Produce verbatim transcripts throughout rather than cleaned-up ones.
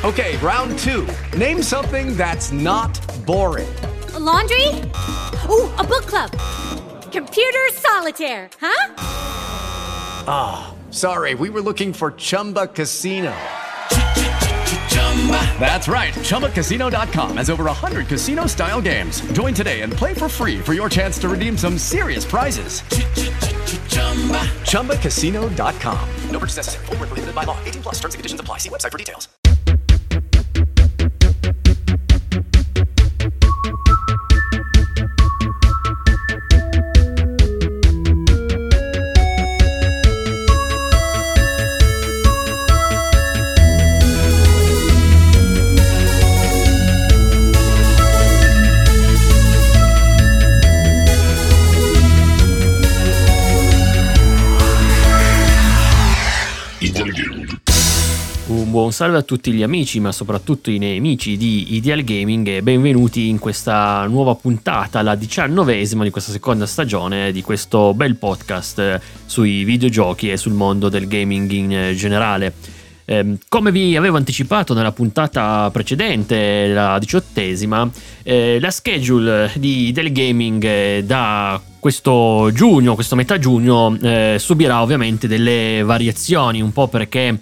Okay, round two. Name something that's not boring. A laundry? Ooh, a book club. Computer solitaire, huh? Ah, oh, sorry, we were looking for Chumba Casino. That's right, Chumba Casino dot com has over one hundred casino-style games. Join today and play for free for your chance to redeem some serious prizes. Chumba Casino dot com. No purchase necessary. Void where prohibited by law. eighteen plus terms and conditions apply. See website for details. Un buon salve a tutti gli amici, ma soprattutto i nemici di Ideal Gaming, e benvenuti in questa nuova puntata, la diciannovesima di questa seconda stagione di questo bel podcast sui videogiochi e sul mondo del gaming in generale. Eh, come vi avevo anticipato nella puntata precedente, la diciottesima, eh, la schedule di Ideal Gaming eh, da questo giugno, questo metà giugno, eh, subirà ovviamente delle variazioni, un po' perché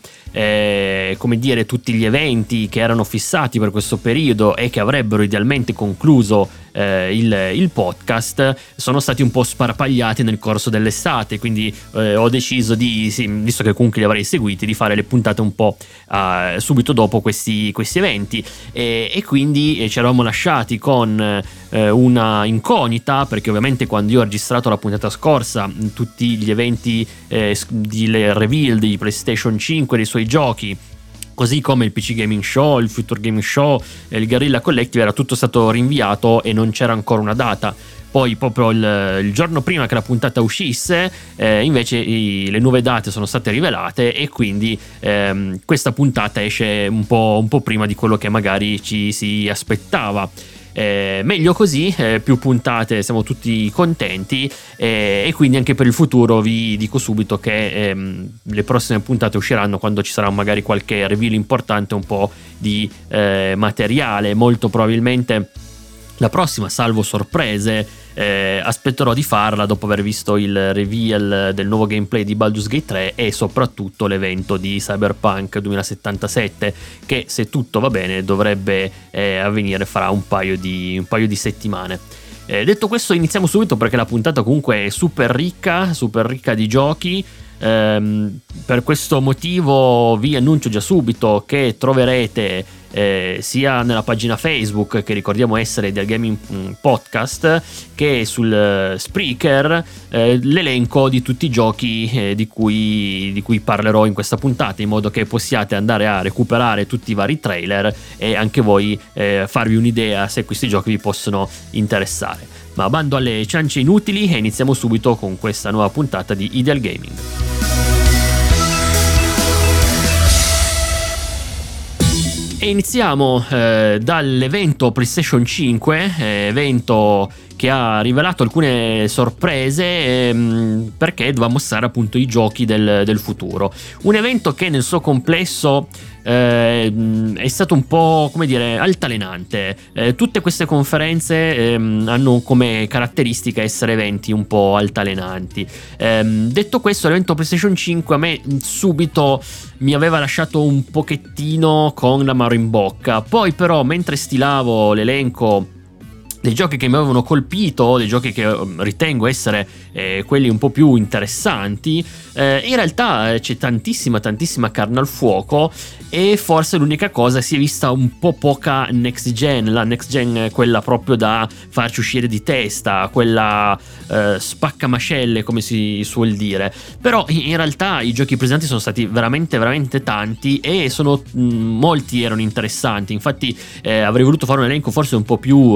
Eh, come dire, tutti gli eventi che erano fissati per questo periodo e che avrebbero idealmente concluso eh, il, il podcast sono stati un po' sparpagliati nel corso dell'estate, quindi eh, ho deciso di, sì, visto che comunque li avrei seguiti, di fare le puntate un po' eh, subito dopo questi, questi eventi e, e quindi eh, ci eravamo lasciati con eh, una incognita, perché ovviamente quando io ho registrato la puntata scorsa tutti gli eventi eh, di reveal di PlayStation cinque, dei suoi giochi, così come il P C Gaming Show, il Future Gaming Show e il Guerrilla Collective, era tutto stato rinviato e non c'era ancora una data. Poi proprio il, il giorno prima che la puntata uscisse eh, invece i, le nuove date sono state rivelate e quindi ehm, questa puntata esce un po', un po' prima di quello che magari ci si aspettava. Eh, meglio così, eh, più puntate, siamo tutti contenti eh, e quindi anche per il futuro vi dico subito che ehm, le prossime puntate usciranno quando ci sarà magari qualche reveal importante, un po' di eh, materiale. Molto probabilmente la prossima, salvo sorprese, eh, aspetterò di farla dopo aver visto il reveal del nuovo gameplay di Baldur's Gate tre e soprattutto l'evento di Cyberpunk duemilasettantasette, che se tutto va bene dovrebbe eh, avvenire fra un paio di, un paio di settimane. Eh, detto questo, iniziamo subito perché la puntata comunque è super ricca, super ricca di giochi. Ehm, per questo motivo vi annuncio già subito che troverete eh, sia nella pagina Facebook, che ricordiamo essere del Gaming Podcast, che sul Spreaker eh, l'elenco di tutti i giochi eh, di cui, di cui parlerò in questa puntata, in modo che possiate andare a recuperare tutti i vari trailer e anche voi eh, farvi un'idea se questi giochi vi possono interessare. Ma bando alle ciance inutili e iniziamo subito con questa nuova puntata di Ideal Gaming. E iniziamo eh, dall'evento PlayStation cinque, eh, evento che ha rivelato alcune sorprese ehm, perché doveva mostrare appunto i giochi del, del futuro. Un evento che nel suo complesso eh, è stato un po', come dire, altalenante. Eh, tutte queste conferenze ehm, hanno come caratteristica essere eventi un po' altalenanti. Ehm, detto questo, l'evento PlayStation cinque a me subito mi aveva lasciato un pochettino con l'amaro in bocca. Poi però, mentre stilavo l'elenco dei giochi che mi avevano colpito, dei giochi che ritengo essere eh, quelli un po' più interessanti, eh, in realtà c'è tantissima tantissima carne al fuoco e forse l'unica cosa, si è vista un po' poca next gen, la next gen quella proprio da farci uscire di testa, quella eh, spaccamascelle come si suol dire. Però in realtà i giochi presenti sono stati veramente veramente tanti e sono mh, molti erano interessanti. Infatti eh, avrei voluto fare un elenco forse un po' più ristretto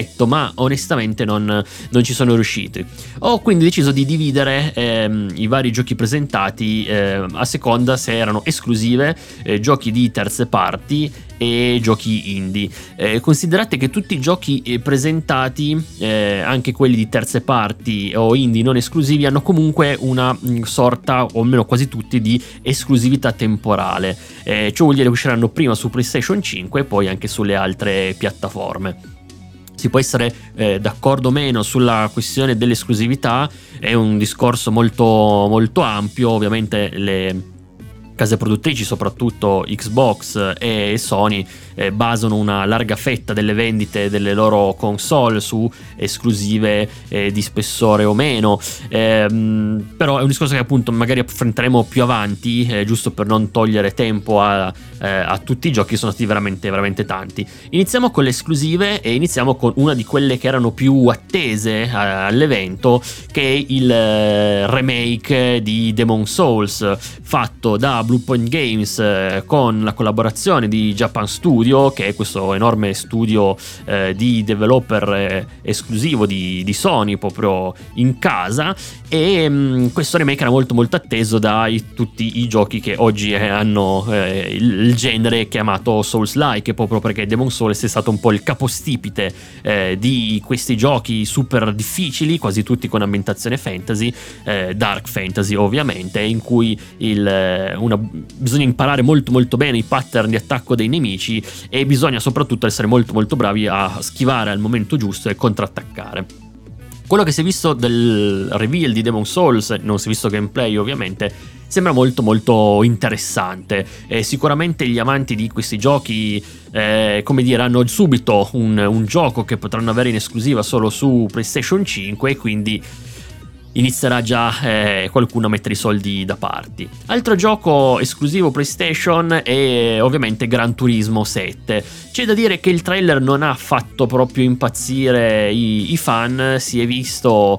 perfetto, ma onestamente non, non ci sono riusciti. Ho quindi deciso di dividere ehm, i vari giochi presentati eh, a seconda se erano esclusive, eh, giochi di terze parti e giochi indie. Eh, considerate che tutti i giochi eh, presentati, eh, anche quelli di terze parti o indie non esclusivi, hanno comunque una mh, sorta, o almeno quasi tutti, di esclusività temporale. Eh, ciò vuol dire che usciranno prima su PlayStation cinque e poi anche sulle altre piattaforme. Si può essere eh, d'accordo o meno sulla questione dell'esclusività, è un discorso molto, molto ampio. Ovviamente le case produttrici, soprattutto Xbox e Sony, eh, basano una larga fetta delle vendite delle loro console su esclusive eh, di spessore o meno, eh, però è un discorso che appunto magari affronteremo più avanti, eh, giusto per non togliere tempo a, eh, a tutti i giochi, sono stati veramente veramente tanti. Iniziamo con le esclusive e iniziamo con una di quelle che erano più attese eh, all'evento, che è il eh, remake di Demon's Souls, fatto da Bluepoint Games eh, con la collaborazione di Japan Studio, che è questo enorme studio eh, di developer eh, esclusivo di, di Sony proprio in casa, e mh, questo remake era molto molto atteso da i, tutti i giochi che oggi eh, hanno eh, il, il genere chiamato Souls-like, proprio perché Demon's Souls è stato un po' il capostipite eh, di questi giochi super difficili, quasi tutti con ambientazione fantasy, eh, dark fantasy ovviamente, in cui il, una bisogna imparare molto molto bene i pattern di attacco dei nemici e bisogna soprattutto essere molto molto bravi a schivare al momento giusto e contrattaccare. Quello che si è visto del reveal di Demon's Souls, non si è visto gameplay ovviamente, sembra molto molto interessante, e sicuramente gli amanti di questi giochi eh, come dire hanno subito un, un gioco che potranno avere in esclusiva solo su PlayStation cinque, e quindi inizierà già eh, qualcuno a mettere i soldi da parte. Altro gioco esclusivo PlayStation è ovviamente Gran Turismo sette. C'è da dire che il trailer non ha fatto proprio impazzire i, i fan, si è visto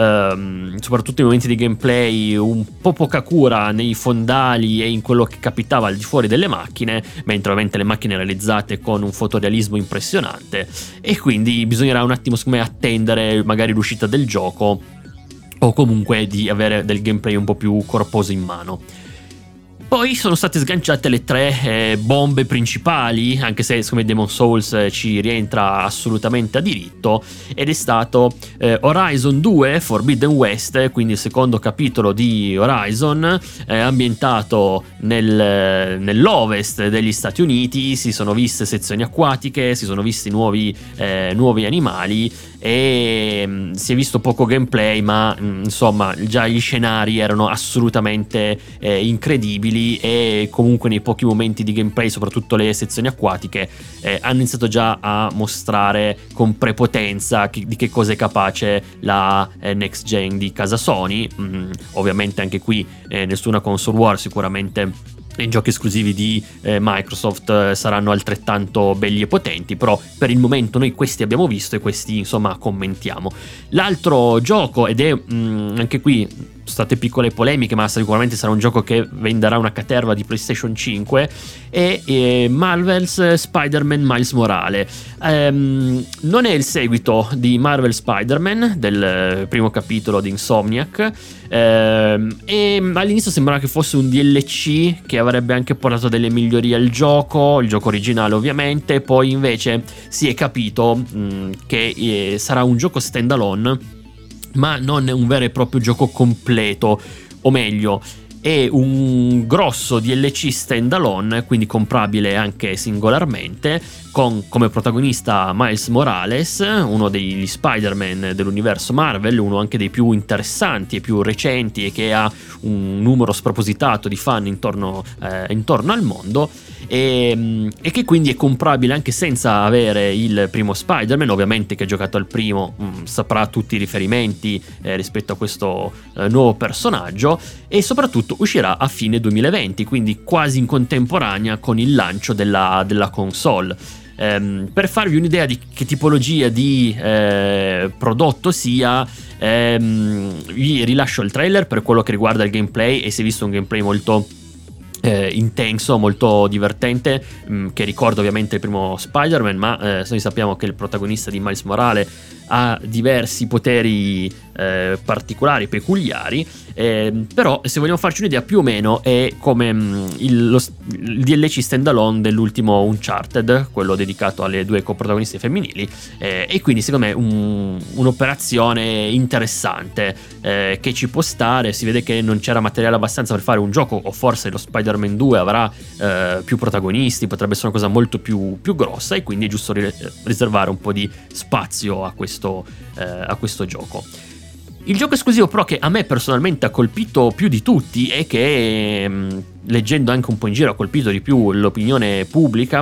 ehm, soprattutto in momenti di gameplay un po' poca cura nei fondali e in quello che capitava al di fuori delle macchine, mentre ovviamente le macchine realizzate con un fotorealismo impressionante, e quindi bisognerà un attimo secondo me attendere magari l'uscita del gioco, o comunque di avere del gameplay un po' più corposo in mano. Poi sono state sganciate le tre eh, bombe principali, anche se secondo me Demon's Souls eh, ci rientra assolutamente a diritto, ed è stato eh, Horizon due Forbidden West, quindi il secondo capitolo di Horizon, eh, ambientato nel, nell'ovest degli Stati Uniti. Si sono viste sezioni acquatiche, si sono visti nuovi, eh, nuovi animali, e mh, si è visto poco gameplay, ma mh, insomma già gli scenari erano assolutamente eh, incredibili, e comunque nei pochi momenti di gameplay, soprattutto le sezioni acquatiche, eh, hanno iniziato già a mostrare con prepotenza chi, di che cosa è capace la eh, next gen di casa Sony. Mm, ovviamente anche qui eh, nessuna console war, sicuramente i giochi esclusivi di eh, Microsoft eh, saranno altrettanto belli e potenti, però per il momento noi questi abbiamo visto e questi insomma commentiamo. L'altro gioco, ed è mh, anche qui state piccole polemiche, ma sicuramente sarà un gioco che venderà una caterva di PlayStation cinque, è, è Marvel's Spider-Man Miles Morales. Um, non è il seguito di Marvel Spider-Man del primo capitolo di Insomniac, um, e all'inizio sembrava che fosse un D L C che avrebbe anche portato delle migliorie al gioco, il gioco originale ovviamente. Poi invece si è capito mh, che eh, sarà un gioco standalone, ma non è un vero e proprio gioco completo, o meglio è un grosso D L C standalone, quindi comprabile anche singolarmente, con come protagonista Miles Morales, uno degli Spider-Man dell'universo Marvel, uno anche dei più interessanti e più recenti, e che ha un numero spropositato di fan intorno, eh, intorno al mondo, e, e che quindi è comprabile anche senza avere il primo Spider-Man. Ovviamente chi ha giocato al primo mh, saprà tutti i riferimenti eh, rispetto a questo eh, nuovo personaggio, e soprattutto uscirà a fine duemilaventi, quindi quasi in contemporanea con il lancio della, della console. Um, per farvi un'idea di che tipologia di eh, prodotto sia, ehm, vi rilascio il trailer per quello che riguarda il gameplay, e si è visto un gameplay molto Eh, intenso, molto divertente, mh, che ricorda ovviamente il primo Spider-Man, ma eh, noi sappiamo che il protagonista di Miles Morales ha diversi poteri eh, particolari, peculiari, eh, però se vogliamo farci un'idea più o meno è come mh, il, lo, il D L C standalone dell'ultimo Uncharted, quello dedicato alle due coprotagoniste femminili, eh, e quindi secondo me un, un'operazione interessante eh, che ci può stare. Si vede che non c'era materiale abbastanza per fare un gioco, o forse lo Spider-Man due avrà eh, più protagonisti, potrebbe essere una cosa molto più, più grossa, e quindi è giusto ri- riservare un po' di spazio a questo Eh, a questo gioco. Il gioco esclusivo però che a me personalmente ha colpito più di tutti, e che mh, leggendo anche un po' in giro ha colpito di più l'opinione pubblica,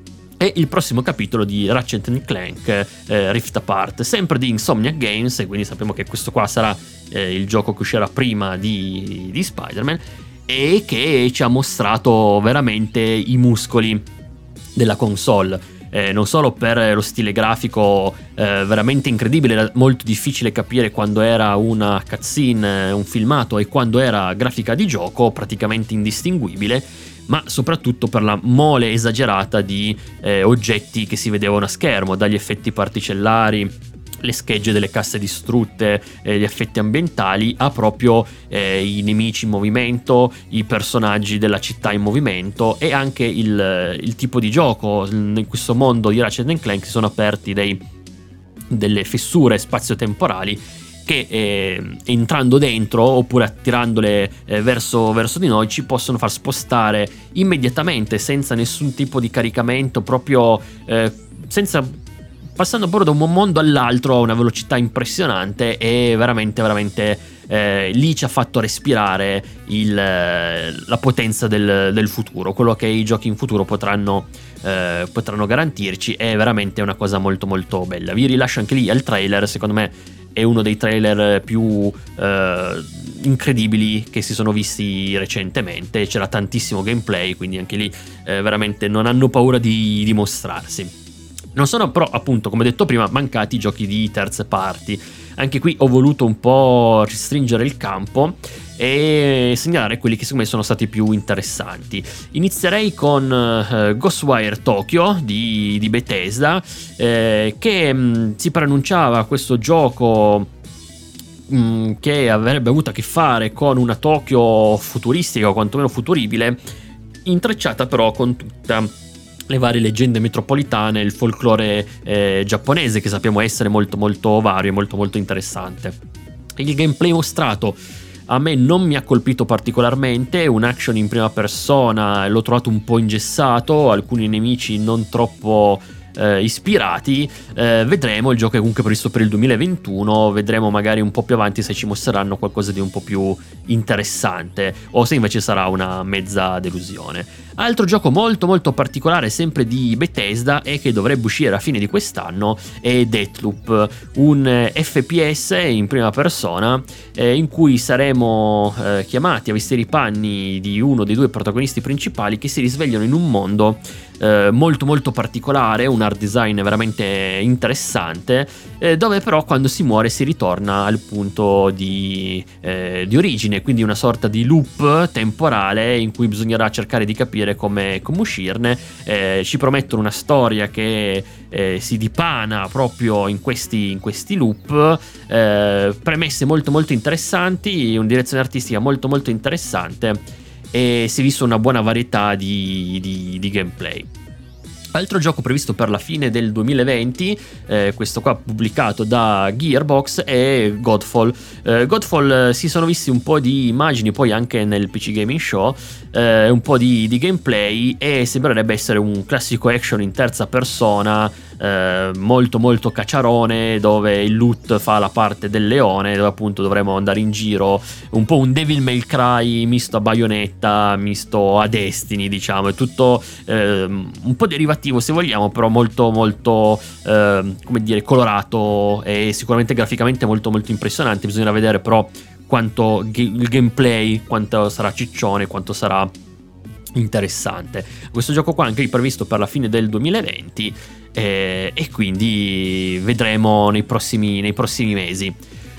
è il prossimo capitolo di Ratchet and Clank eh, Rift Apart, sempre di Insomniac Games, e quindi sappiamo che questo qua sarà eh, il gioco che uscirà prima di, di Spider-Man, e che ci ha mostrato veramente i muscoli della console. Eh, non solo per lo stile grafico eh, veramente incredibile, era molto difficile capire quando era una cutscene, un filmato, e quando era grafica di gioco, praticamente indistinguibile, ma soprattutto per la mole esagerata di eh, oggetti che si vedevano a schermo, dagli effetti particellari, le schegge delle casse distrutte, eh, gli effetti ambientali, a proprio eh, i nemici in movimento, i personaggi della città in movimento, e anche il, il tipo di gioco. In questo mondo di Ratchet and Clank si sono aperti dei, delle fessure spazio-temporali che eh, entrando dentro, oppure attirandole eh, verso, verso di noi, ci possono far spostare immediatamente, senza nessun tipo di caricamento, proprio eh, senza passando proprio da un mondo all'altro a una velocità impressionante. E veramente veramente eh, lì ci ha fatto respirare il, la potenza del, del futuro, quello che i giochi in futuro potranno, eh, potranno garantirci. È veramente una cosa molto molto bella. Vi rilascio anche lì al trailer, secondo me è uno dei trailer più eh, incredibili che si sono visti recentemente. C'era tantissimo gameplay, quindi anche lì eh, veramente non hanno paura di, di mostrarsi. Non sono però, appunto, come detto prima, mancati giochi di terze parti. Anche qui ho voluto un po' restringere il campo e segnalare quelli che secondo me sono stati più interessanti. Inizierei con uh, Ghostwire Tokyo di, di Bethesda, eh, che mh, si preannunciava questo gioco mh, che avrebbe avuto a che fare con una Tokyo futuristica, o quantomeno futuribile, intrecciata però con tutta le varie leggende metropolitane, il folklore eh, giapponese, che sappiamo essere molto molto vario e molto molto interessante. Il gameplay mostrato a me non mi ha colpito particolarmente, un action in prima persona l'ho trovato un po' ingessato, alcuni nemici non troppo eh, ispirati. Eh, vedremo, il gioco è comunque previsto per il duemilaventuno, vedremo magari un po' più avanti se ci mostreranno qualcosa di un po' più interessante, o se invece sarà una mezza delusione. Altro gioco molto molto particolare, sempre di Bethesda, e che dovrebbe uscire a fine di quest'anno, è Deathloop, un F P S in prima persona eh, in cui saremo eh, chiamati a vestire i panni di uno dei due protagonisti principali, che si risvegliano in un mondo eh, molto molto particolare, un art design veramente interessante, eh, dove però quando si muore si ritorna al punto di, eh, di origine, quindi una sorta di loop temporale in cui bisognerà cercare di capire come, come uscirne. Eh, ci promettono una storia che eh, si dipana proprio in questi, in questi loop, eh, premesse molto molto interessanti, una direzione artistica molto molto interessante, e si è visto una buona varietà di, di, di gameplay. Altro gioco previsto per la fine del duemilaventi, eh, questo qua pubblicato da Gearbox, è Godfall. Eh, Godfall eh, si sono visti un po' di immagini poi anche nel P C Gaming Show, eh, un po' di, di gameplay, e sembrerebbe essere un classico action in terza persona, eh, molto molto cacciarone, dove il loot fa la parte del leone, dove appunto dovremo andare in giro, un po' un Devil May Cry misto a Bayonetta, misto a Destiny, diciamo. È tutto eh, un po' derivativo se vogliamo, però molto molto eh, come dire, colorato, e sicuramente graficamente molto molto impressionante. Bisogna vedere però quanto ge- il gameplay, quanto sarà ciccione, quanto sarà interessante. Questo gioco qua anche è previsto per la fine del duemilaventi, eh, e quindi vedremo nei prossimi, nei prossimi mesi.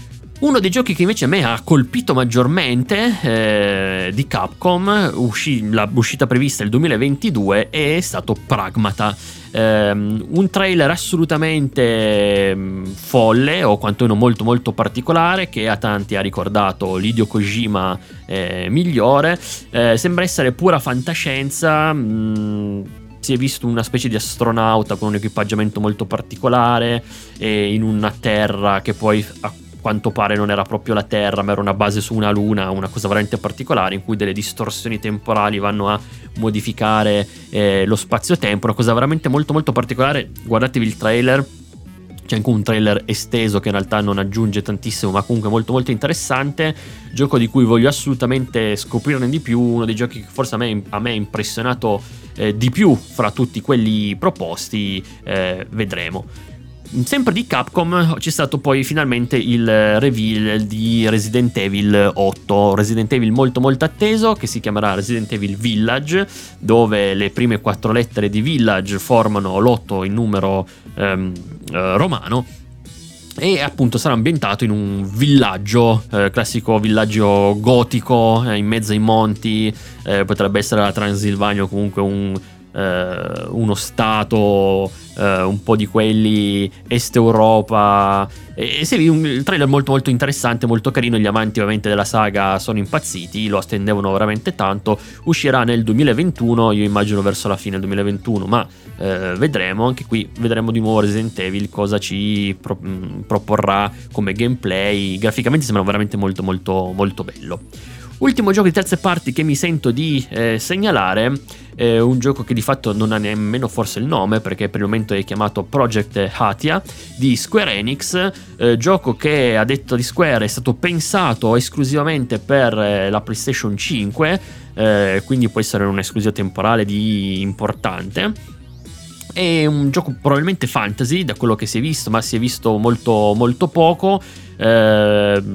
Uno dei giochi che invece a me ha colpito maggiormente eh, di Capcom, uscì, la uscita prevista il duemilaventidue, è stato Pragmata. Um, un trailer assolutamente um, folle, o quantomeno molto molto particolare, che a tanti ha ricordato l'Hideo Kojima eh, migliore. Eh, sembra essere pura fantascienza. mh, Si è visto una specie di astronauta con un equipaggiamento molto particolare e in una terra che poi a quanto pare non era proprio la Terra, ma era una base su una luna, una cosa veramente particolare, in cui delle distorsioni temporali vanno a modificare eh, lo spazio-tempo, una cosa veramente molto molto particolare. Guardatevi il trailer, c'è anche un trailer esteso che in realtà non aggiunge tantissimo, ma comunque molto molto interessante, gioco di cui voglio assolutamente scoprirne di più, uno dei giochi che forse a me, a me ha impressionato eh, di più fra tutti quelli proposti, eh, vedremo. Sempre di Capcom c'è stato poi finalmente il reveal di Resident Evil otto, Resident Evil molto molto atteso, che si chiamerà Resident Evil Village, dove le prime quattro lettere di Village formano l'otto in numero ehm, eh, romano, e appunto sarà ambientato in un villaggio, eh, classico villaggio gotico, eh, in mezzo ai monti, eh, potrebbe essere la Transilvania o comunque un... Uh, uno stato uh, un po' di quelli est Europa, e, e sì, un, il trailer molto molto interessante, molto carino. Gli amanti ovviamente della saga sono impazziti, lo attendevano veramente tanto. Uscirà nel duemilaventuno, io immagino verso la fine del duemilaventuno, ma uh, vedremo. Anche qui vedremo di nuovo Resident Evil cosa ci pro- mh, proporrà come gameplay. Graficamente sembra veramente molto molto molto bello. Ultimo gioco di terze parti che mi sento di eh, segnalare, eh, un gioco che di fatto non ha nemmeno forse il nome, perché per il momento è chiamato Project Hatia di Square Enix, eh, gioco che a detto di Square è stato pensato esclusivamente per eh, la PlayStation cinque, eh, quindi può essere un'esclusiva temporale di importante. È un gioco probabilmente fantasy da quello che si è visto, ma si è visto molto molto poco. eh,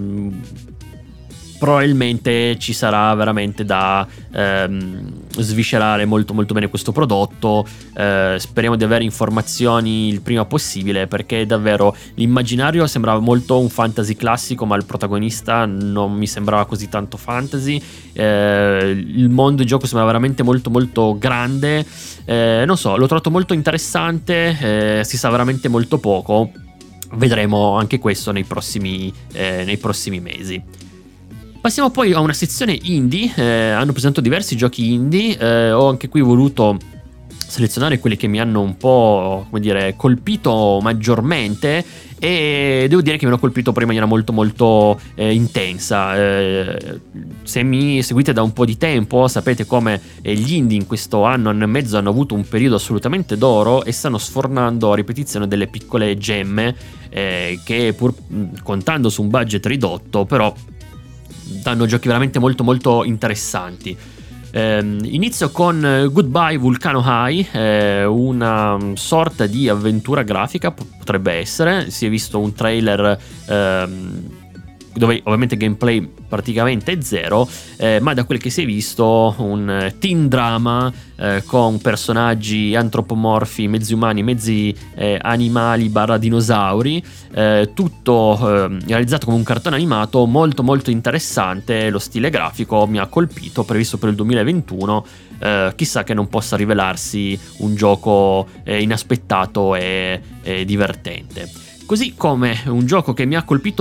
Probabilmente ci sarà veramente da ehm, sviscerare molto molto bene questo prodotto. Eh, speriamo di avere informazioni il prima possibile, perché davvero l'immaginario sembrava molto un fantasy classico, ma il protagonista non mi sembrava così tanto fantasy. Eh, il mondo di gioco sembrava veramente molto molto grande. Eh, non so, l'ho trovato molto interessante, eh, si sa veramente molto poco. Vedremo anche questo nei prossimi, eh, nei prossimi mesi. Passiamo poi a una sezione indie. eh, hanno presentato diversi giochi indie, eh, ho anche qui voluto selezionare quelli che mi hanno un po', come dire, colpito maggiormente, e devo dire che mi hanno colpito per in maniera molto molto eh, intensa. Eh, se mi seguite da un po' di tempo sapete come eh, gli indie in questo anno, anno e mezzo hanno avuto un periodo assolutamente d'oro e stanno sfornando a ripetizione delle piccole gemme eh, che pur mh, contando su un budget ridotto però danno giochi veramente molto molto interessanti. Eh, inizio con Goodbye Volcano High, eh, una sorta di avventura grafica, potrebbe essere. Si è visto un trailer ehm, dove ovviamente gameplay praticamente zero, eh, ma da quel che si è visto un teen drama eh, con personaggi antropomorfi, mezzi umani, mezzi eh, animali barra dinosauri, eh, tutto eh, realizzato come un cartone animato molto molto interessante. Lo stile grafico mi ha colpito, previsto per il duemilaventuno. Eh, chissà che non possa rivelarsi un gioco eh, inaspettato e, e divertente. Così come un gioco che mi ha colpito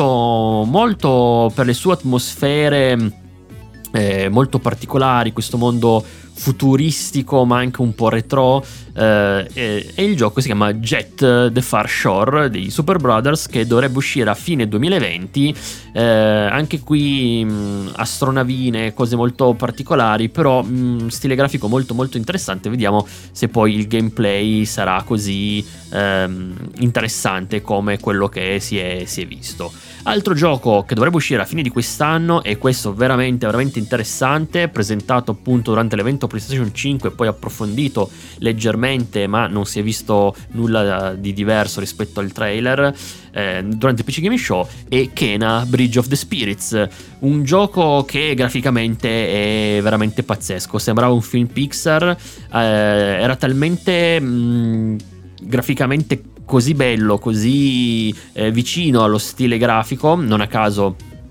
molto per le sue atmosfere eh, molto particolari, questo mondo futuristico ma anche un po' retro, eh, è il gioco che si chiama Jet The Far Shore dei Super Brothers, che dovrebbe uscire a fine duemilaventi. Eh, anche qui mh, astronavine, cose molto particolari, però mh, stile grafico molto molto interessante. Vediamo se poi il gameplay sarà così ehm, interessante come quello che si è, si è visto. Altro gioco che dovrebbe uscire a fine di quest'anno, e questo veramente veramente interessante, presentato appunto durante l'evento PlayStation cinque e poi approfondito leggermente, ma non si è visto nulla di diverso rispetto al trailer eh, durante il P C Gaming Show, è Kena Bridge of the Spirits, un gioco che graficamente è veramente pazzesco. Sembrava un film Pixar, eh, era talmente mh, graficamente così bello, così eh, vicino allo stile grafico. Non a caso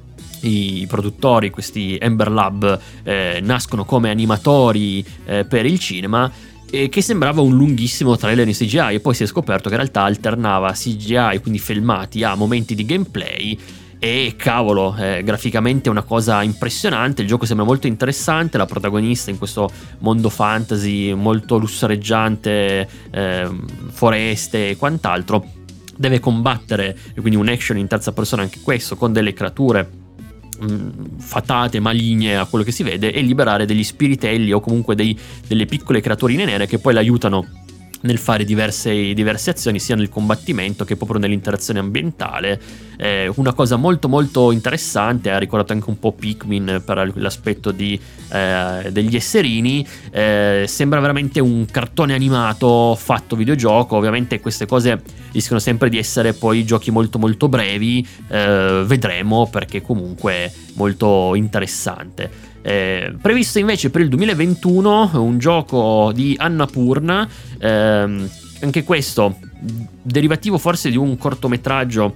i produttori, questi Ember Lab, eh, nascono come animatori eh, per il cinema, e che sembrava un lunghissimo trailer in C G I, e poi si è scoperto che in realtà alternava C G I, quindi filmati, a momenti di gameplay. E cavolo, eh, graficamente è una cosa impressionante, il gioco sembra molto interessante, la protagonista in questo mondo fantasy molto lussureggiante, eh, foreste e quant'altro, deve combattere, quindi un action in terza persona anche questo, con delle creature mh, fatate, maligne a quello che si vede, e liberare degli spiritelli o comunque dei, delle piccole creaturine nere che poi l'aiutano nel fare diverse, diverse azioni, sia nel combattimento che proprio nell'interazione ambientale. Eh, una cosa molto molto interessante, ha ricordato anche un po' Pikmin per l'aspetto di, eh, degli esserini. Eh, sembra veramente un cartone animato fatto videogioco. Ovviamente queste cose rischiano sempre di essere poi giochi molto molto brevi, eh, vedremo, perché comunque è molto interessante. Eh, previsto invece per il duemilaventuno un gioco di Annapurna, ehm, anche questo derivativo forse di un cortometraggio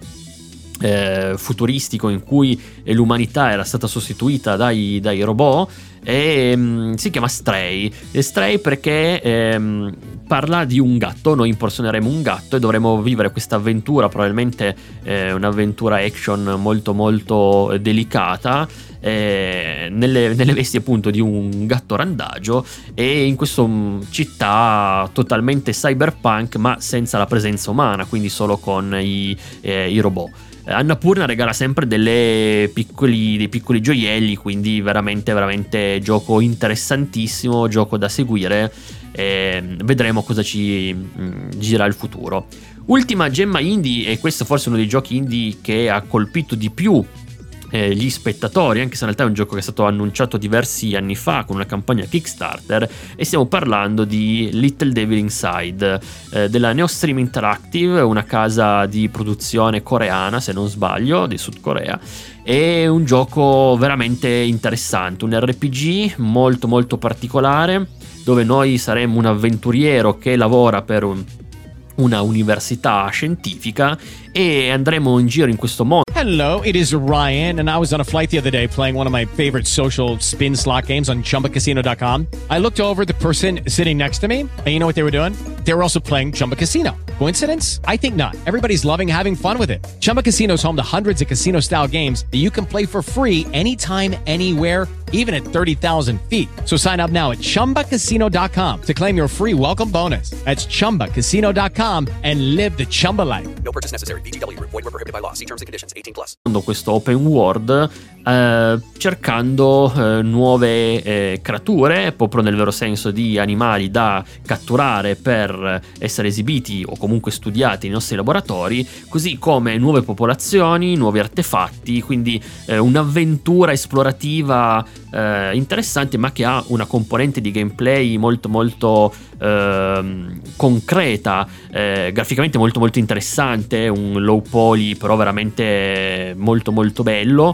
eh, futuristico in cui l'umanità era stata sostituita dai, dai robot, e um, si chiama Stray. E Stray perché ehm, parla di un gatto. Noi impersoneremo un gatto e dovremo vivere questa avventura, probabilmente eh, un'avventura action molto molto delicata, eh, nelle, nelle vesti appunto di un gatto randagio, e in questa um, città totalmente cyberpunk ma senza la presenza umana, quindi solo con i, eh, i robot. Annapurna regala sempre delle piccoli, dei piccoli gioielli, quindi veramente veramente gioco interessantissimo, gioco da seguire, e vedremo cosa ci mh, gira il futuro. Ultima gemma indie, e questo forse è uno dei giochi indie che ha colpito di più Eh, gli spettatori, anche se in realtà è un gioco che è stato annunciato diversi anni fa con una campagna Kickstarter, e stiamo parlando di Little Devil Inside, eh, della Neostream Interactive, una casa di produzione coreana se non sbaglio, di Sud Corea. È un gioco veramente interessante, un R P G molto molto particolare, dove noi saremo un avventuriero che lavora per un una università scientifica e andremo in giro in questo mondo. Hello, it is Ryan, and I was on a flight the other day playing one of my favorite social spin slot games on Chumba Casino dot com. I looked over at the person sitting next to me, and you know what they were doing? They were also playing Chumba Casino. Coincidence? I think not. Everybody's loving having fun with it. Chumba Casino is home to hundreds of casino-style games that you can play for free anytime, anywhere, even at thirty thousand feet. So sign up now at Chumba Casino dot com to claim your free welcome bonus. That's Chumba Casino dot com and live the Chumba life. No purchase necessary. V G W. Void where prohibited by law. See terms and conditions. eighteen plus. Questo open world, eh, cercando eh, nuove eh, creature, proprio nel vero senso di animali da catturare per essere esibiti o comunque studiati nei nostri laboratori, così come nuove popolazioni, nuovi artefatti, quindi eh, un'avventura esplorativa eh, interessante, ma che ha una componente di gameplay molto molto eh, concreta, eh, graficamente molto molto interessante, un low poly però veramente molto molto bello.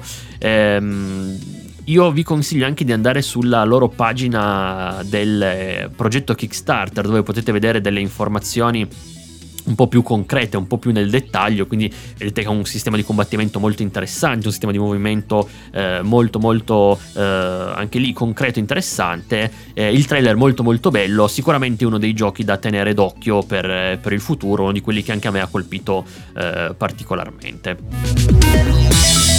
ehm, Io vi consiglio anche di andare sulla loro pagina del progetto Kickstarter, dove potete vedere delle informazioni un po' più concrete, un po' più nel dettaglio. Quindi vedete che ha un sistema di combattimento molto interessante, un sistema di movimento eh, molto molto eh, anche lì concreto, interessante. Eh, il trailer molto molto bello, sicuramente uno dei giochi da tenere d'occhio per, per il futuro, uno di quelli che anche a me ha colpito eh, particolarmente.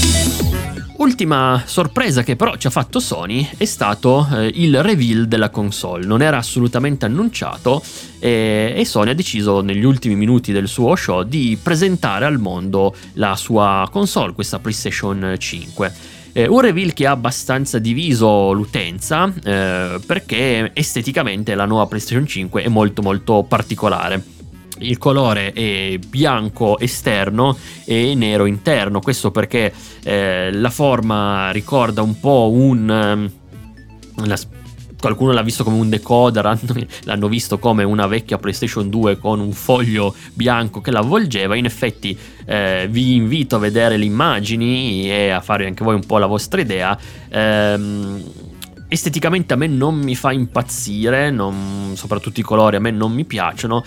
Ultima sorpresa che però ci ha fatto Sony è stato eh, il reveal della console. Non era assolutamente annunciato, eh, e Sony ha deciso negli ultimi minuti del suo show di presentare al mondo la sua console, questa PlayStation cinque. Eh, un reveal che ha abbastanza diviso l'utenza, eh, perché esteticamente la nuova PlayStation cinque è molto molto particolare. Il colore è bianco esterno e nero interno, questo perché eh, la forma ricorda un po' un um, la, qualcuno l'ha visto come un decoder, l'hanno visto come una vecchia PlayStation due con un foglio bianco che la avvolgeva. In effetti eh, vi invito a vedere le immagini e a fare anche voi un po' la vostra idea. ehm, Esteticamente a me non mi fa impazzire, non, soprattutto i colori a me non mi piacciono,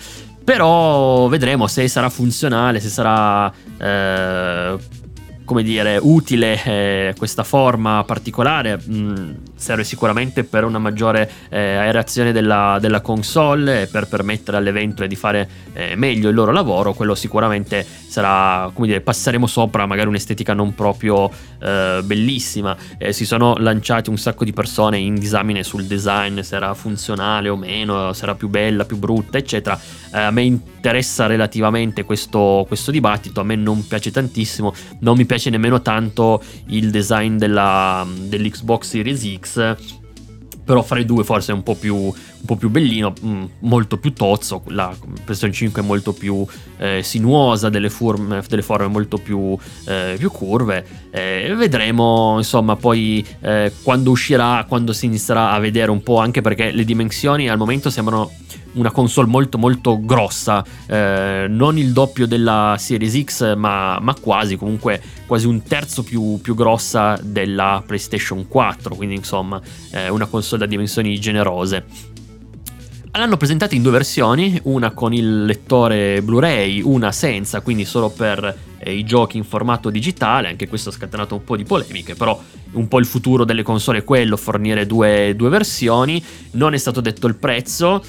però vedremo se sarà funzionale, se sarà eh, come dire utile eh, questa forma particolare. Mh, serve sicuramente per una maggiore eh, aerazione della, della console e per permettere alle Venture di fare eh, meglio il loro lavoro. Quello sicuramente sarà, come dire, passeremo sopra magari un'estetica non proprio eh, bellissima. Eh, si sono lanciati un sacco di persone in disamine sul design, se era funzionale o meno, se era più bella, più brutta, eccetera. Eh, a me interessa relativamente questo, questo dibattito. A me non piace tantissimo, non mi piace nemmeno tanto il design della, dell'Xbox Series X, però fra i due forse è un po' più, un po' più bellino, mh, molto più tozzo. La PlayStation cinque è molto più eh, sinuosa, delle forme, delle forme molto più, eh, più curve. Eh, vedremo insomma poi eh, quando uscirà, quando si inizierà a vedere un po', anche perché le dimensioni al momento sembrano una console molto molto grossa, eh, non il doppio della Series X ma, ma quasi, comunque quasi un terzo più, più grossa della PlayStation quattro, quindi insomma eh, una console da dimensioni generose. L'hanno presentata in due versioni, una con il lettore Blu-ray, una senza, quindi solo per eh, i giochi in formato digitale. Anche questo ha scatenato un po' di polemiche, però un po' il futuro delle console è quello, fornire due, due versioni. Non è stato detto il prezzo,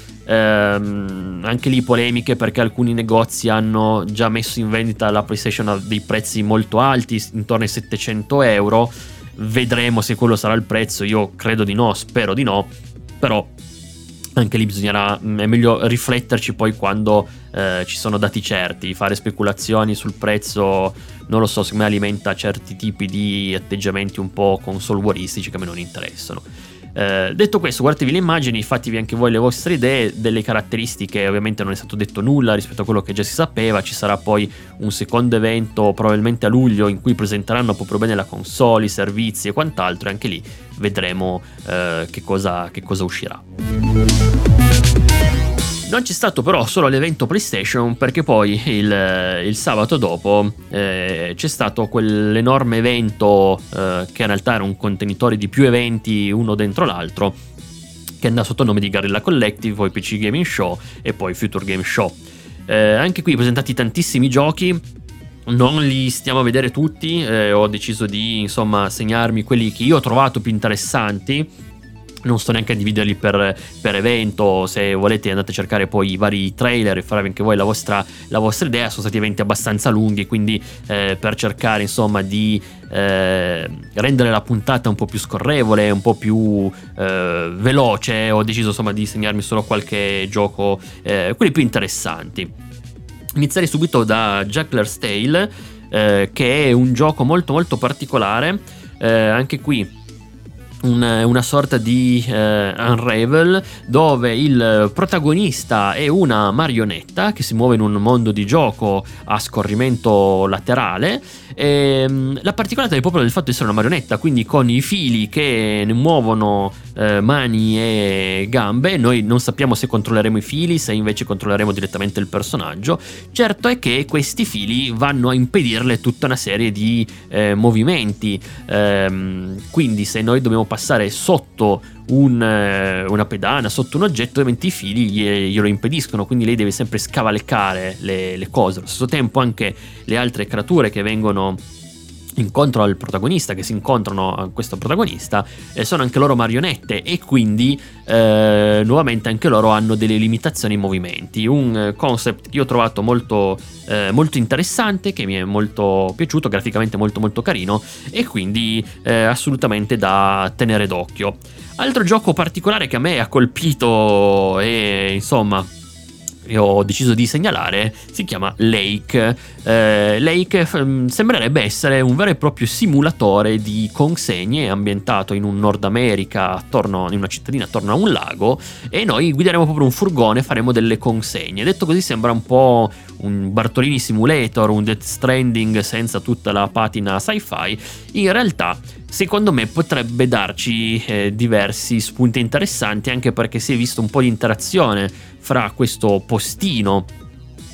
ehm, anche lì polemiche perché alcuni negozi hanno già messo in vendita la PlayStation a dei prezzi molto alti, intorno ai settecento euro. Vedremo se quello sarà il prezzo, io credo di no, spero di no, però anche lì bisognerà, è meglio rifletterci poi quando eh, ci sono dati certi. Fare speculazioni sul prezzo, non lo so, secondo me alimenta certi tipi di atteggiamenti un po' console waristici che a me non interessano. Eh, detto questo, guardatevi le immagini, fatevi anche voi le vostre idee. Delle caratteristiche ovviamente non è stato detto nulla rispetto a quello che già si sapeva. Ci sarà poi un secondo evento probabilmente a luglio in cui presenteranno proprio bene la console, i servizi e quant'altro, e anche lì vedremo eh, che cosa, che cosa uscirà. Non c'è stato però solo l'evento PlayStation, perché poi il, il sabato dopo eh, c'è stato quell'enorme evento eh, che in realtà era un contenitore di più eventi uno dentro l'altro, che andava sotto il nome di Guerrilla Collective, poi P C Gaming Show e poi Future Game Show. Eh, anche qui presentati tantissimi giochi, non li stiamo a vedere tutti, eh, ho deciso di insomma segnarmi quelli che io ho trovato più interessanti. Non sto neanche a dividerli per, per evento, se volete andate a cercare poi i vari trailer e farvi anche voi la vostra, la vostra idea. Sono stati eventi abbastanza lunghi, quindi eh, per cercare insomma di eh, rendere la puntata un po' più scorrevole, un po' più eh, veloce, ho deciso insomma di segnarmi solo qualche gioco, eh, quelli più interessanti. Inizierei subito da Juggler's Tale, eh, che è un gioco molto molto particolare, eh, anche qui Una, una sorta di eh, Unravel, dove il protagonista è una marionetta che si muove in un mondo di gioco a scorrimento laterale. E, la particolarità è proprio del fatto di essere una marionetta, quindi con i fili che ne muovono eh, mani e gambe. Noi non sappiamo se controlleremo i fili, se invece controlleremo direttamente il personaggio. Certo è che questi fili vanno a impedirle tutta una serie di eh, movimenti, ehm, quindi se noi dobbiamo passare sotto un, una pedana, sotto un oggetto, ovviamente i fili glielo impediscono, quindi lei deve sempre scavalcare le, le cose. Allo stesso tempo anche le altre creature che vengono incontro al protagonista, che si incontrano a questo protagonista, eh, sono anche loro marionette e quindi eh, nuovamente anche loro hanno delle limitazioni ai movimenti. Un concept che io ho trovato molto, eh, molto interessante, che mi è molto piaciuto, graficamente molto molto carino, e quindi eh, assolutamente da tenere d'occhio. Altro gioco particolare che a me ha colpito e insomma io ho deciso di segnalare si chiama Lake. Eh, Lake f- sembrerebbe essere un vero e proprio simulatore di consegne, ambientato in un Nord America, attorno, in una cittadina attorno a un lago, e noi guideremo proprio un furgone e faremo delle consegne. Detto così sembra un po' un Bartolini Simulator, un Death Stranding senza tutta la patina sci-fi. In realtà secondo me potrebbe darci eh, diversi spunti interessanti, anche perché si è visto un po' di interazione fra questo postino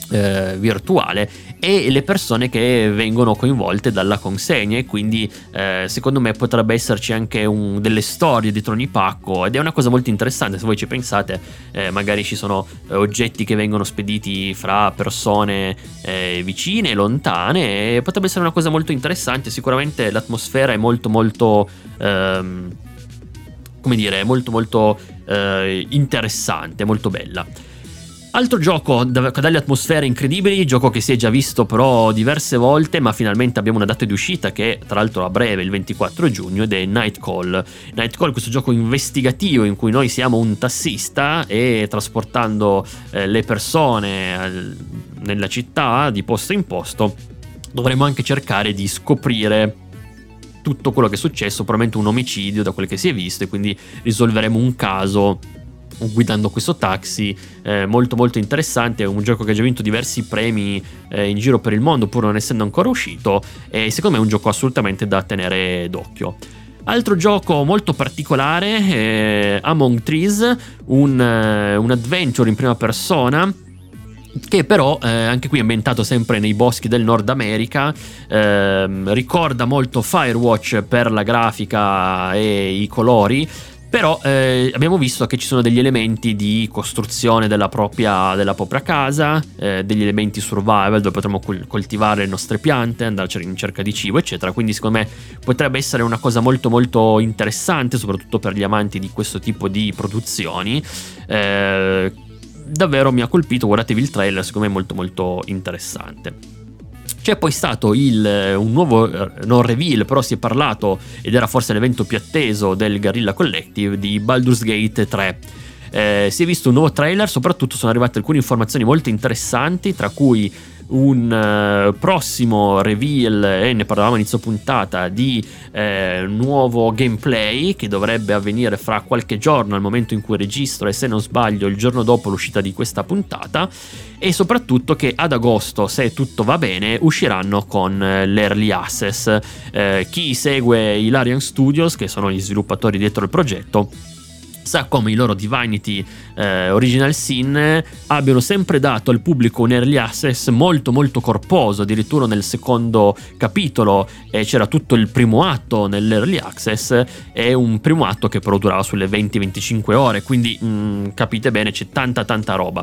Eh, virtuale e le persone che vengono coinvolte dalla consegna, e quindi eh, secondo me potrebbe esserci anche un, delle storie dietro ogni pacco, ed è una cosa molto interessante. Se voi ci pensate, eh, magari ci sono eh, oggetti che vengono spediti fra persone eh, vicine, lontane, e potrebbe essere una cosa molto interessante. Sicuramente l'atmosfera è molto molto ehm, come dire, molto molto eh, interessante, molto bella. Altro gioco dalle atmosfere incredibili, gioco che si è già visto però diverse volte, ma finalmente abbiamo una data di uscita che tra l'altro a breve, il ventiquattro giugno, ed è Nightcall. Nightcall, questo gioco investigativo in cui noi siamo un tassista e trasportando eh, le persone eh, nella città di posto in posto dovremo anche cercare di scoprire tutto quello che è successo, probabilmente un omicidio da quel che si è visto, e quindi risolveremo un caso guidando questo taxi. Eh, molto molto interessante. È un gioco che ha già vinto diversi premi eh, in giro per il mondo, pur non essendo ancora uscito, e secondo me è un gioco assolutamente da tenere d'occhio. Altro gioco molto particolare è Among Trees, un, uh, un adventure in prima persona che però eh, anche qui è ambientato sempre nei boschi del Nord America. Eh, ricorda molto Firewatch per la grafica e i colori, però eh, abbiamo visto che ci sono degli elementi di costruzione della propria, della propria casa, eh, degli elementi survival dove potremo col- coltivare le nostre piante, andare in cerca di cibo eccetera, quindi secondo me potrebbe essere una cosa molto molto interessante, soprattutto per gli amanti di questo tipo di produzioni. Eh, davvero mi ha colpito, guardatevi il trailer, secondo me è molto molto interessante. C'è poi stato il, un nuovo, non reveal, però si è parlato, ed era forse l'evento più atteso del Guerrilla Collective, di Baldur's Gate tre. Eh, si è visto un nuovo trailer, soprattutto sono arrivate alcune informazioni molto interessanti, tra cui un uh, prossimo reveal, e ne parlavamo inizio puntata, di eh, nuovo gameplay che dovrebbe avvenire fra qualche giorno al momento in cui registro, e se non sbaglio il giorno dopo l'uscita di questa puntata, e soprattutto che ad agosto, se tutto va bene, usciranno con eh, l'Early Access. Eh, chi segue i Larian Studios, che sono gli sviluppatori dietro il progetto, sa come i loro Divinity eh, Original Sin abbiano sempre dato al pubblico un early access molto molto corposo. Addirittura nel secondo capitolo eh, c'era tutto il primo atto nell'early access, e un primo atto che però durava sulle venti venticinque ore, quindi mh, capite bene, c'è tanta tanta roba.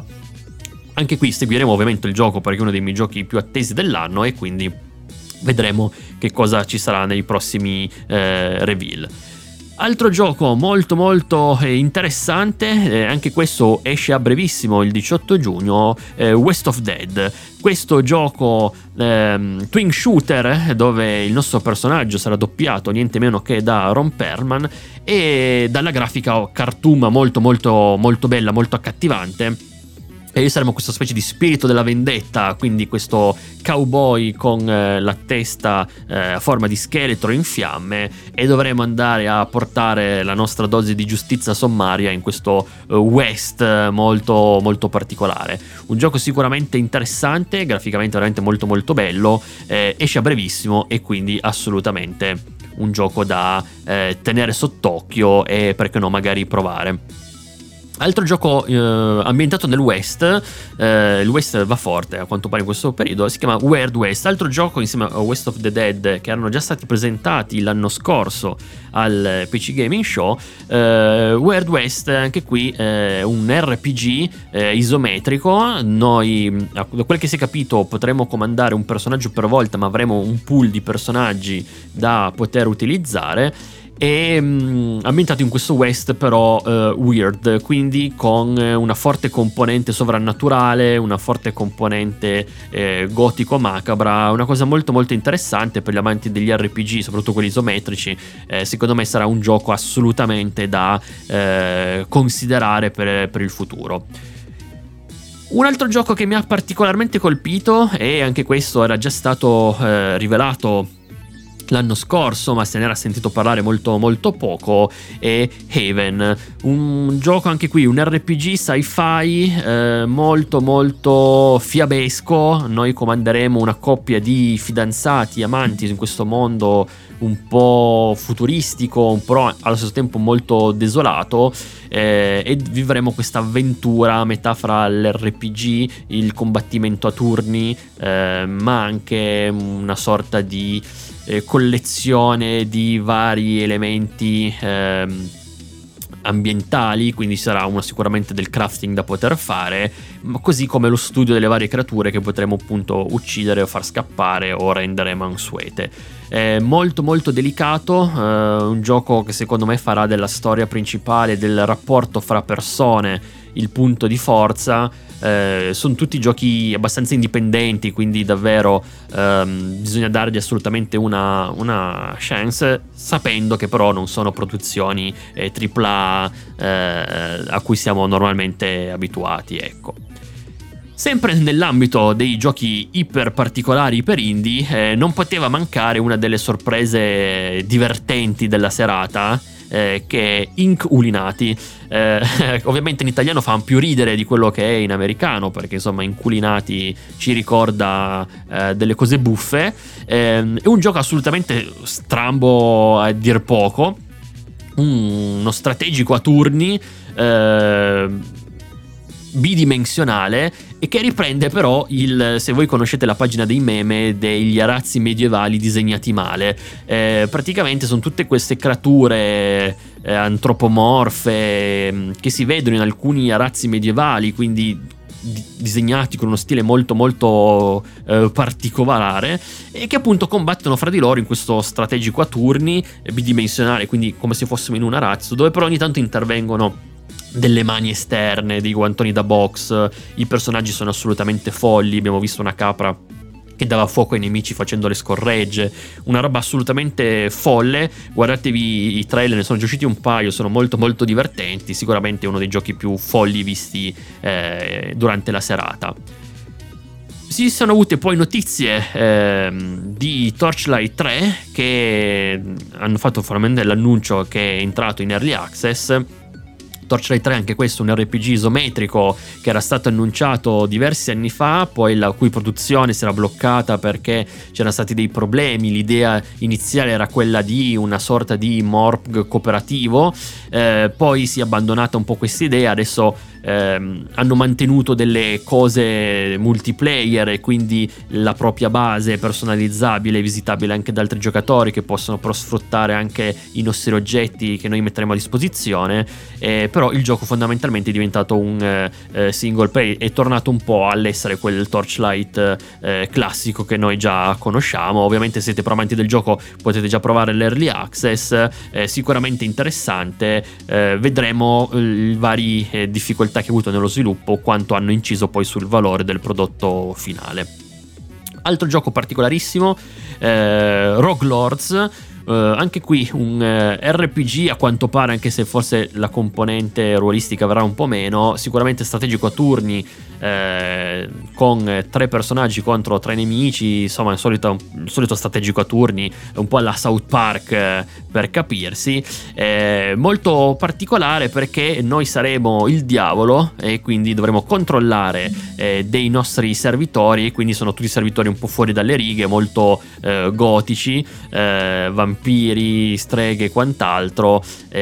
Anche qui seguiremo ovviamente il gioco perché è uno dei miei giochi più attesi dell'anno, e quindi vedremo che cosa ci sarà nei prossimi eh, reveal. Altro gioco molto molto interessante, eh, anche questo esce a brevissimo, il diciotto giugno, eh, West of Dead. Questo gioco ehm, twin shooter dove il nostro personaggio sarà doppiato niente meno che da Ron Perlman, e dalla grafica cartoon molto molto molto bella, molto accattivante. E saremo questa specie di spirito della vendetta, quindi questo cowboy con eh, la testa eh, a forma di scheletro in fiamme, e dovremo andare a portare la nostra dose di giustizia sommaria in questo eh, West molto molto particolare. Un gioco sicuramente interessante, graficamente veramente molto molto bello, eh, esce a brevissimo, e quindi assolutamente un gioco da eh, tenere sott'occhio e perché no magari provare. Altro gioco eh, ambientato nel West, eh, il West va forte a quanto pare in questo periodo, si chiama Weird West. Altro gioco insieme a West of the Dead, che erano già stati presentati l'anno scorso al P C Gaming Show. eh, Weird West, anche qui eh, un R P G eh, isometrico. Noi, da quel che si è capito, potremo comandare un personaggio per volta, ma avremo un pool di personaggi da poter utilizzare, e um, ambientato in questo West però uh, weird, quindi con una forte componente sovrannaturale, una forte componente eh, gotico macabra, una cosa molto molto interessante per gli amanti degli R P G, soprattutto quelli isometrici. Eh, secondo me sarà un gioco assolutamente da eh, considerare per, per il futuro. Un altro gioco che mi ha particolarmente colpito, e anche questo era già stato eh, rivelato l'anno scorso, ma se ne era sentito parlare molto molto poco, è Haven, un gioco anche qui, un R P G sci-fi eh, molto molto fiabesco. Noi comanderemo una coppia di fidanzati, amanti in questo mondo un po' futuristico, un po' allo stesso tempo molto desolato, eh, e vivremo questa avventura a metà fra l'R P G, il combattimento a turni, eh, ma anche una sorta di eh, collezione di vari elementi eh, ambientali, quindi sarà una sicuramente del crafting da poter fare, ma così come lo studio delle varie creature che potremo appunto uccidere o far scappare o rendere mansuete. È molto molto delicato, eh, un gioco che secondo me farà della storia principale, del rapporto fra persone, il punto di forza. Eh, sono tutti giochi abbastanza indipendenti, quindi davvero ehm, bisogna dargli assolutamente una, una chance, sapendo che però non sono produzioni eh, tripla A eh, a cui siamo normalmente abituati, ecco. Sempre nell'ambito dei giochi iper particolari, iper indie, eh, non poteva mancare una delle sorprese divertenti della serata, eh, che è Ink Ulinati. Eh, ovviamente in italiano fa più ridere di quello che è in americano, perché insomma Inculinati ci ricorda eh, delle cose buffe. Eh, è un gioco assolutamente strambo a dir poco, uno strategico a turni eh, bidimensionale, e che riprende però il, se voi conoscete la pagina dei meme, degli arazzi medievali disegnati male. Eh, praticamente sono tutte queste creature eh, antropomorfe eh, che si vedono in alcuni arazzi medievali, quindi di- disegnati con uno stile molto molto eh, particolare, e che appunto combattono fra di loro in questo strategico a turni eh, bidimensionale, quindi come se fossimo in un arazzo, dove però ogni tanto intervengono delle mani esterne, dei guantoni da box. I personaggi sono assolutamente folli. Abbiamo visto una capra che dava fuoco ai nemici facendo le scorregge, una roba assolutamente folle. Guardatevi i trailer, ne sono già usciti un paio, sono molto molto divertenti, sicuramente uno dei giochi più folli visti eh, durante la serata. Si sono avute poi notizie eh, di Torchlight tre, che hanno fatto formalmente l'annuncio che è entrato in Early Access. Torchlight tre, anche questo un R P G isometrico che era stato annunciato diversi anni fa, poi la cui produzione si era bloccata perché c'erano stati dei problemi. L'idea iniziale era quella di una sorta di Morpg cooperativo, eh, poi si è abbandonata un po' questa idea. Adesso ehm, hanno mantenuto delle cose multiplayer e quindi la propria base personalizzabile, visitabile anche da altri giocatori, che possono però sfruttare anche i nostri oggetti che noi metteremo a disposizione. Eh, però il gioco fondamentalmente è diventato un eh, single player, è tornato un po' all'essere quel Torchlight eh, classico che noi già conosciamo. Ovviamente se siete amanti del gioco potete già provare l'Early Access, eh, sicuramente interessante. Eh, vedremo le varie eh, difficoltà che ha avuto nello sviluppo, quanto hanno inciso poi sul valore del prodotto finale. Altro gioco particolarissimo, eh, Rogue Lords. Uh, anche qui un uh, R P G a quanto pare, anche se forse la componente ruolistica verrà un po' meno, sicuramente strategico a turni, eh, con tre personaggi contro tre nemici, insomma il solito, il solito strategico a turni, un po' alla South Park, eh, per capirsi. Eh, molto particolare perché noi saremo il diavolo e quindi dovremo controllare eh, dei nostri servitori, quindi sono tutti servitori un po' fuori dalle righe, molto eh, gotici, eh, vampiri, streghe e quant'altro.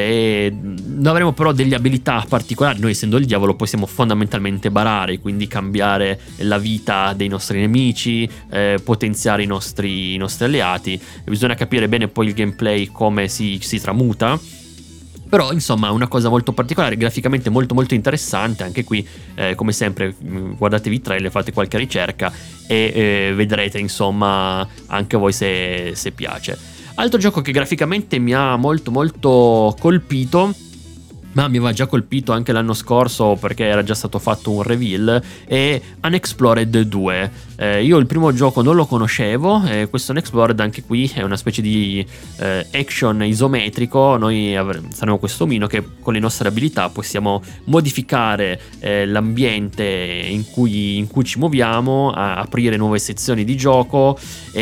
E avremo però delle abilità particolari. Noi, essendo il diavolo, possiamo fondamentalmente barare, quindi cambiare la vita dei nostri nemici, eh, potenziare i nostri, i nostri alleati. Bisogna capire bene poi il gameplay come si, si tramuta. Però insomma è una cosa molto particolare, graficamente molto molto interessante. Anche qui eh, come sempre guardatevi i trailer, fate qualche ricerca e eh, vedrete insomma anche voi se, se piace. Altro gioco che graficamente mi ha molto molto colpito ma mi aveva già colpito anche l'anno scorso perché era già stato fatto un reveal, è Unexplored due. Eh, io il primo gioco non lo conoscevo, e questo Unexplored anche qui è una specie di eh, action isometrico. Noi avremo, saremo questo omino che con le nostre abilità possiamo modificare eh, l'ambiente in cui, in cui ci muoviamo, a aprire nuove sezioni di gioco,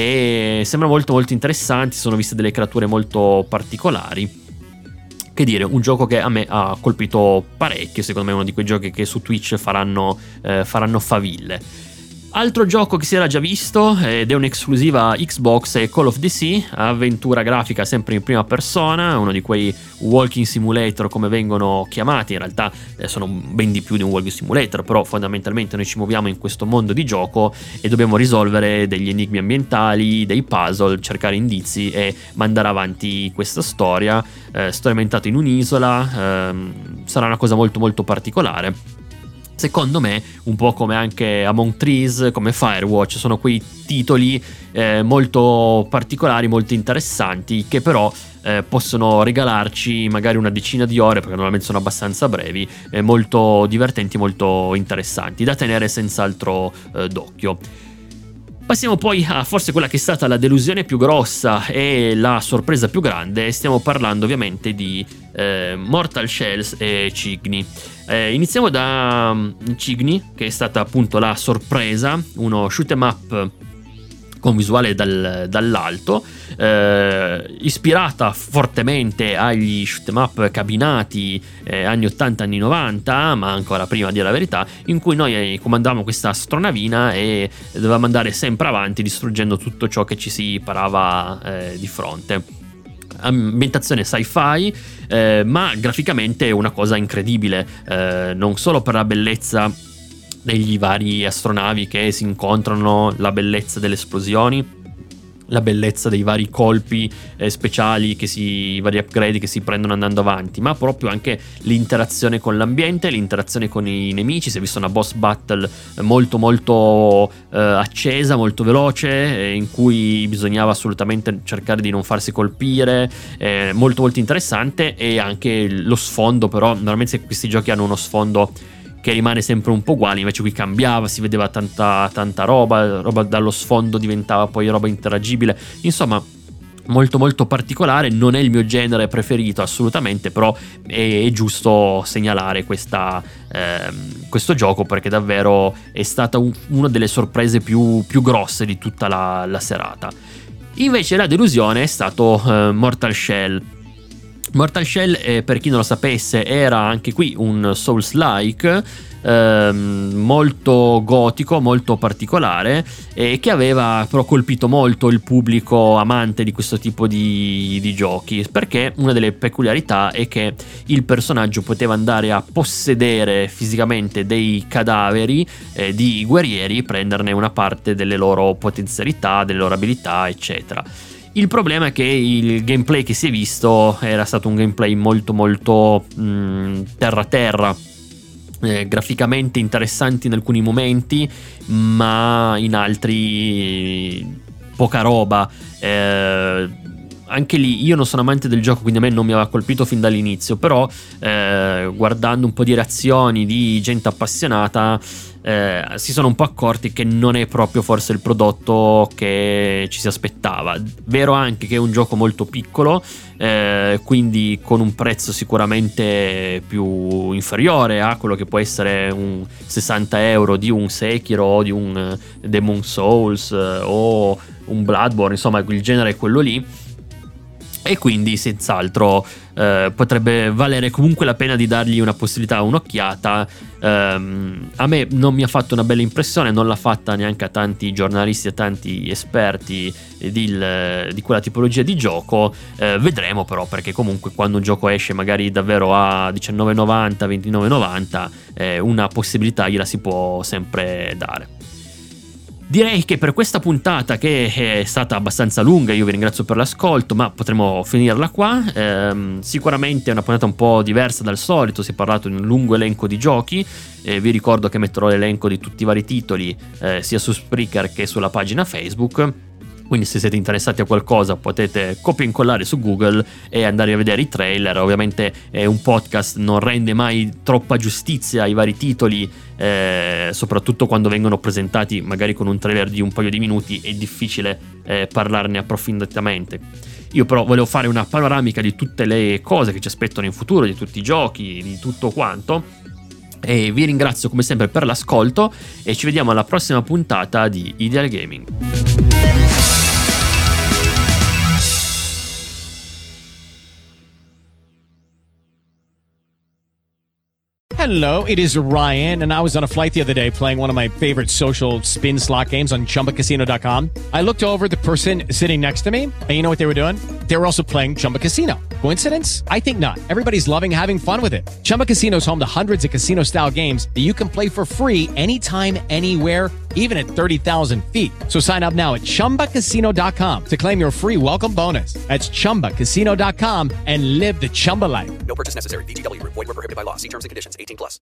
e sembra molto molto interessanti. Sono viste delle creature molto particolari. Che dire, un gioco che a me ha colpito parecchio, secondo me è uno di quei giochi che su Twitch faranno, eh, faranno faville. Altro gioco che si era già visto ed è un'esclusiva Xbox è Call of the Sea, avventura grafica sempre in prima persona, uno di quei walking simulator come vengono chiamati. In realtà eh, sono ben di più di un walking simulator, però fondamentalmente noi ci muoviamo in questo mondo di gioco e dobbiamo risolvere degli enigmi ambientali, dei puzzle, cercare indizi e mandare avanti questa storia. Eh, storia ambientata in un'isola, ehm, sarà una cosa molto molto particolare. Secondo me, un po' come anche Among Trees, come Firewatch, sono quei titoli eh, molto particolari, molto interessanti, che però eh, possono regalarci magari una decina di ore, perché normalmente sono abbastanza brevi, eh, molto divertenti, molto interessanti, da tenere senz'altro eh, d'occhio. Passiamo poi a forse quella che è stata la delusione più grossa e la sorpresa più grande. Stiamo parlando ovviamente di eh, Mortal Shells e Cygni. Eh, iniziamo da um, Cygni, che è stata appunto la sorpresa, uno shoot 'em up con visuale dal, dall'alto, eh, ispirata fortemente agli shoot 'em up cabinati eh, anni ottanta anni novanta, ma ancora prima, a dire la verità, in cui noi comandavamo questa astronavina e dovevamo andare sempre avanti distruggendo tutto ciò che ci si parava eh, di fronte. Ambientazione sci-fi, eh, ma graficamente è una cosa incredibile, eh, non solo per la bellezza degli vari astronavi che si incontrano, la bellezza delle esplosioni, la bellezza dei vari colpi eh, speciali, che si, i vari upgrade che si prendono andando avanti, ma proprio anche l'interazione con l'ambiente, l'interazione con i nemici. Si è visto una boss battle molto molto eh, accesa, molto veloce, eh, in cui bisognava assolutamente cercare di non farsi colpire, eh, molto molto interessante. E anche lo sfondo, però normalmente questi giochi hanno uno sfondo che rimane sempre un po' uguale, invece qui cambiava, si vedeva tanta tanta roba, roba dallo sfondo diventava poi roba interagibile, insomma molto molto particolare. Non è il mio genere preferito assolutamente, però è, è giusto segnalare questa, ehm, questo gioco, perché davvero è stata un, una delle sorprese più, più grosse di tutta la, la serata. Invece la delusione è stato eh, Mortal Shell. Mortal Shell, eh, per chi non lo sapesse, era anche qui un Souls-like, ehm, molto gotico, molto particolare, e che aveva però colpito molto il pubblico amante di questo tipo di, di giochi, perché una delle peculiarità è che il personaggio poteva andare a possedere fisicamente dei cadaveri eh, di guerrieri, prenderne una parte delle loro potenzialità, delle loro abilità, eccetera. Il problema è che il gameplay che si è visto era stato un gameplay molto molto mh, terra terra, eh, graficamente interessanti in alcuni momenti, ma in altri poca roba. Eh, anche lì io non sono amante del gioco, quindi a me non mi aveva colpito fin dall'inizio, però eh, guardando un po' di reazioni di gente appassionata, Eh, si sono un po' accorti che non è proprio forse il prodotto che ci si aspettava. Vero anche che è un gioco molto piccolo, eh, quindi con un prezzo sicuramente più inferiore a quello che può essere un sessanta euro di un Sekiro o di un Demon Souls eh, o un Bloodborne, insomma il genere è quello lì. E quindi senz'altro eh, potrebbe valere comunque la pena di dargli una possibilità, un'occhiata. Um, a me non mi ha fatto una bella impressione, non l'ha fatta neanche a tanti giornalisti, a tanti esperti di, di quella tipologia di gioco. Eh, vedremo però, perché comunque quando un gioco esce magari davvero a diciannove e novanta, ventinove e novanta, eh, una possibilità gliela si può sempre dare. Direi che per questa puntata, che è stata abbastanza lunga, io vi ringrazio per l'ascolto, ma potremo finirla qua. Ehm, sicuramente è una puntata un po' diversa dal solito, si è parlato di un lungo elenco di giochi. Eh, vi ricordo che metterò l'elenco di tutti i vari titoli eh, sia su Spreaker che sulla pagina Facebook. Quindi se siete interessati a qualcosa potete copia e incollare su Google e andare a vedere i trailer. Ovviamente eh, un podcast non rende mai troppa giustizia ai vari titoli, eh, soprattutto quando vengono presentati magari con un trailer di un paio di minuti, è difficile eh, parlarne approfonditamente. Io però volevo fare una panoramica di tutte le cose che ci aspettano in futuro, di tutti i giochi, di tutto quanto. E vi ringrazio come sempre per l'ascolto e ci vediamo alla prossima puntata di Ideal Gaming. Hello, it is Ryan, and I was on a flight the other day playing one of my favorite social spin slot games on chumba casino dot com. I looked over at the person sitting next to me, and you know what they were doing? They were also playing Chumba Casino. Coincidence? I think not. Everybody's loving having fun with it. Chumba Casino is home to hundreds of casino-style games that you can play for free anytime, anywhere, even at thirty thousand feet. So sign up now at chumba casino dot com to claim your free welcome bonus. That's chumba casino dot com and live the Chumba life. No purchase necessary. V G W. Void where prohibited by law. See terms and conditions. eighteen plus.